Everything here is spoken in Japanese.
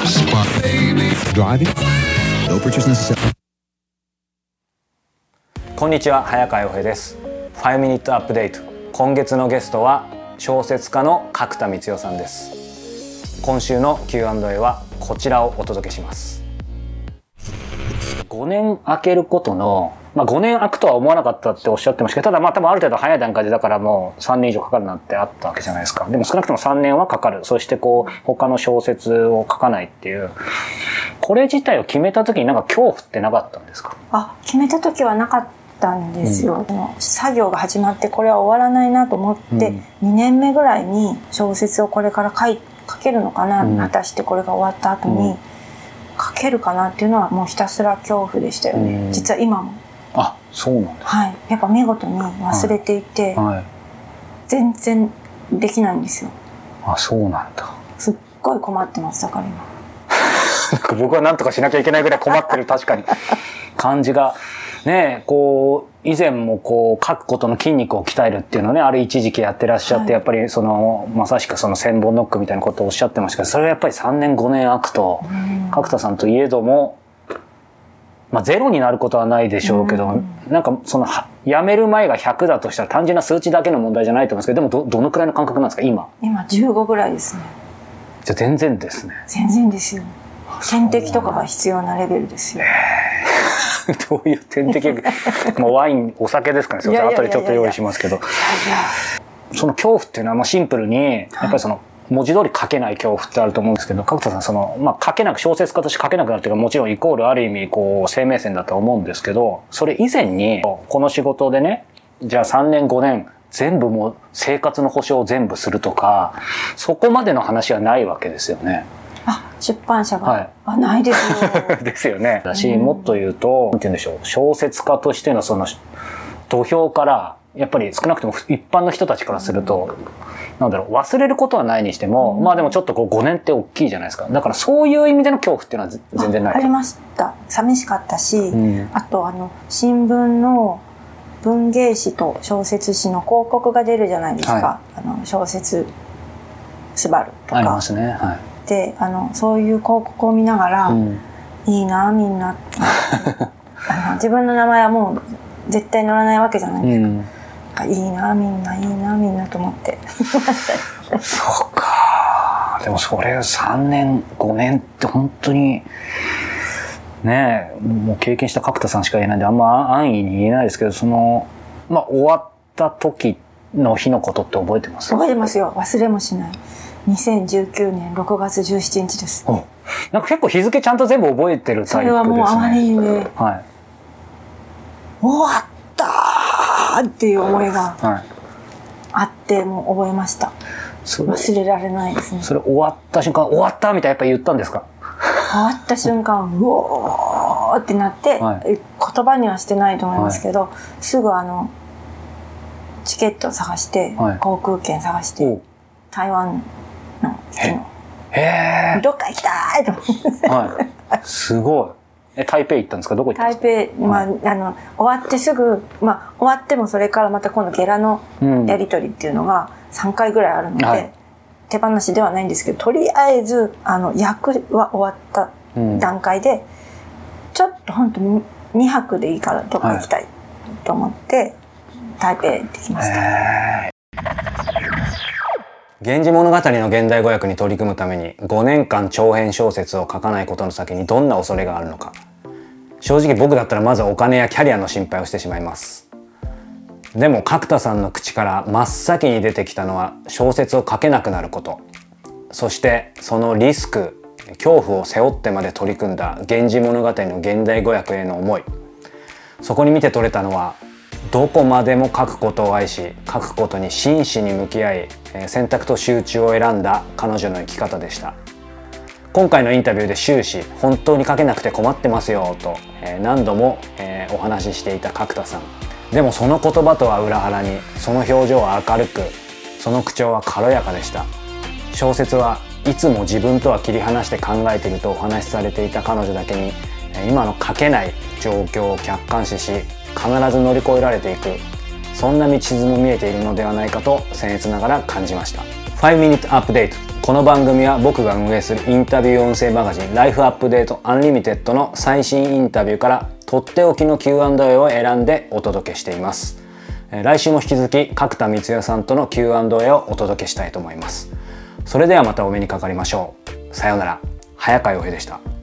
こんにちは、早川洋平です。5ミニットアップデート。今月のゲストは小説家の角田光代さんです。今週の Q&A はこちらをお届けします。5年空けることの、5年空くとは思わなかったっておっしゃってましたけど、ただ多分ある程度早い段階でだからもう3年以上かかるなんてあったわけじゃないですか。でも少なくとも3年はかかる。そして他の小説を書かないっていう。これ自体を決めた時に恐怖ってなかったんですか？ 決めた時はなかったんですよ。作業が始まってこれは終わらないなと思って、2年目ぐらいに小説をこれから書けるのかな、果たしてこれが終わった後に書けるかなっていうのはもうひたすら恐怖でしたよね。実は今も。 そうなんだ。 はい。やっぱ見事に忘れていて、全然できないんですよ。 そうなんだ。 すっごい困ってます。だから今。 僕は何とかしなきゃいけないぐらい困ってる確かに感じがね、以前も書くことの筋肉を鍛えるっていうのをね、ある一時期やってらっしゃって、やっぱりまさしく千本ノックみたいなことをおっしゃってましたけど、それはやっぱり3年5年空くと、角田さんといえども、ゼロになることはないでしょうけど、辞める前が100だとしたら単純な数値だけの問題じゃないと思うんですけど、でもどのくらいの感覚なんですか、今 15ぐらいですね。 じゃあ全然ですね。 全然ですよ。点滴とかが必要なレベルですよ。 どういう点滴ワイン、お酒ですかね。後でちょっと用意しますけど。その恐怖っていうのはシンプルに、やっぱり文字通り書けない恐怖ってあると思うんですけど、角田さん書けなく、小説家として書けなくなるというか、もちろんイコールある意味生命線だと思うんですけど、それ以前にこの仕事でね、じゃあ3年5年全部もう生活の保障を全部するとか、そこまでの話はないわけですよね。 出版社が、ないですよ。 ですよね。だし、もっと言うと、なんて言うんでしょう、小説家としての土俵から、やっぱり少なくとも一般の人たちからすると、忘れることはないにしても、でもちょっと5年って大きいじゃないですか。だからそういう意味での恐怖っていうのは全然ない。 ありました。寂しかったし、あと新聞の文芸誌と小説誌の広告が出るじゃないですか。小説スバルとか。 ありますね。 で、そういう広告を見ながら、いいなみんな自分の名前はもう絶対載らないわけじゃないですか。いいなみんな、いいなみんなと思ってそうか。でもそれ3年5年って本当にね、もう経験した角田さんしか言えないんであんま安易に言えないですけど、終わった時の日のことって覚えてます？ 覚えてますよ。忘れもしない。2019年6月17日です。 結構日付ちゃんと全部覚えてるタイプですね。それはもうあまりにね、終わったーっていう思いがあって、もう覚えました。忘れられないですね。 それ終わった瞬間、終わったみたいなやっぱ言ったんですか？ 終わった瞬間、うおーってなって、言葉にはしてないと思いますけど、すぐチケット探して、航空券探して、台湾のどっか行きたいと思って。 すごい。台北行ったんですか？どこ行ったんですか？ 台北、終わってすぐ、終わってもそれからまた今度ゲラのやり取りっていうのが3回ぐらいあるので、手放しではないんですけど、とりあえず役は終わった段階で、ちょっと本当に2泊でいいからどっか行きたいと思って、台北行ってきました。 源氏物語の現代語訳に取り組むために5年間長編小説を書かないことの先にどんな恐れがあるのか。正直僕だったらまずお金やキャリアの心配をしてしまいます。でも角田さんの口から真っ先に出てきたのは小説を書けなくなること。そしてそのリスク、恐怖を背負ってまで取り組んだ源氏物語の現代語訳への思い。そこに見て取れたのは、どこまでも書くことを愛し、書くことに真摯に向き合い、選択と集中を選んだ彼女の生き方でした。今回のインタビューで終始本当に書けなくて困ってますよと、何度も、お話ししていた角田さん。でもその言葉とは裏腹に、その表情は明るく、その口調は軽やかでした。小説はいつも自分とは切り離して考えているとお話しされていた彼女だけに、今の書けない状況を客観視し、必ず乗り越えられていく、そんな道筋も見えているのではないかと僭越ながら感じました。5 Minute Update。 この番組は僕が運営するインタビュー音声マガジンライフアップデートアンリミテッドの最新インタビューからとっておきの Q&A を選んでお届けしています。来週も引き続き角田光代さんとの Q&A をお届けしたいと思います。それではまたお目にかかりましょう。さようなら。早川洋平でした。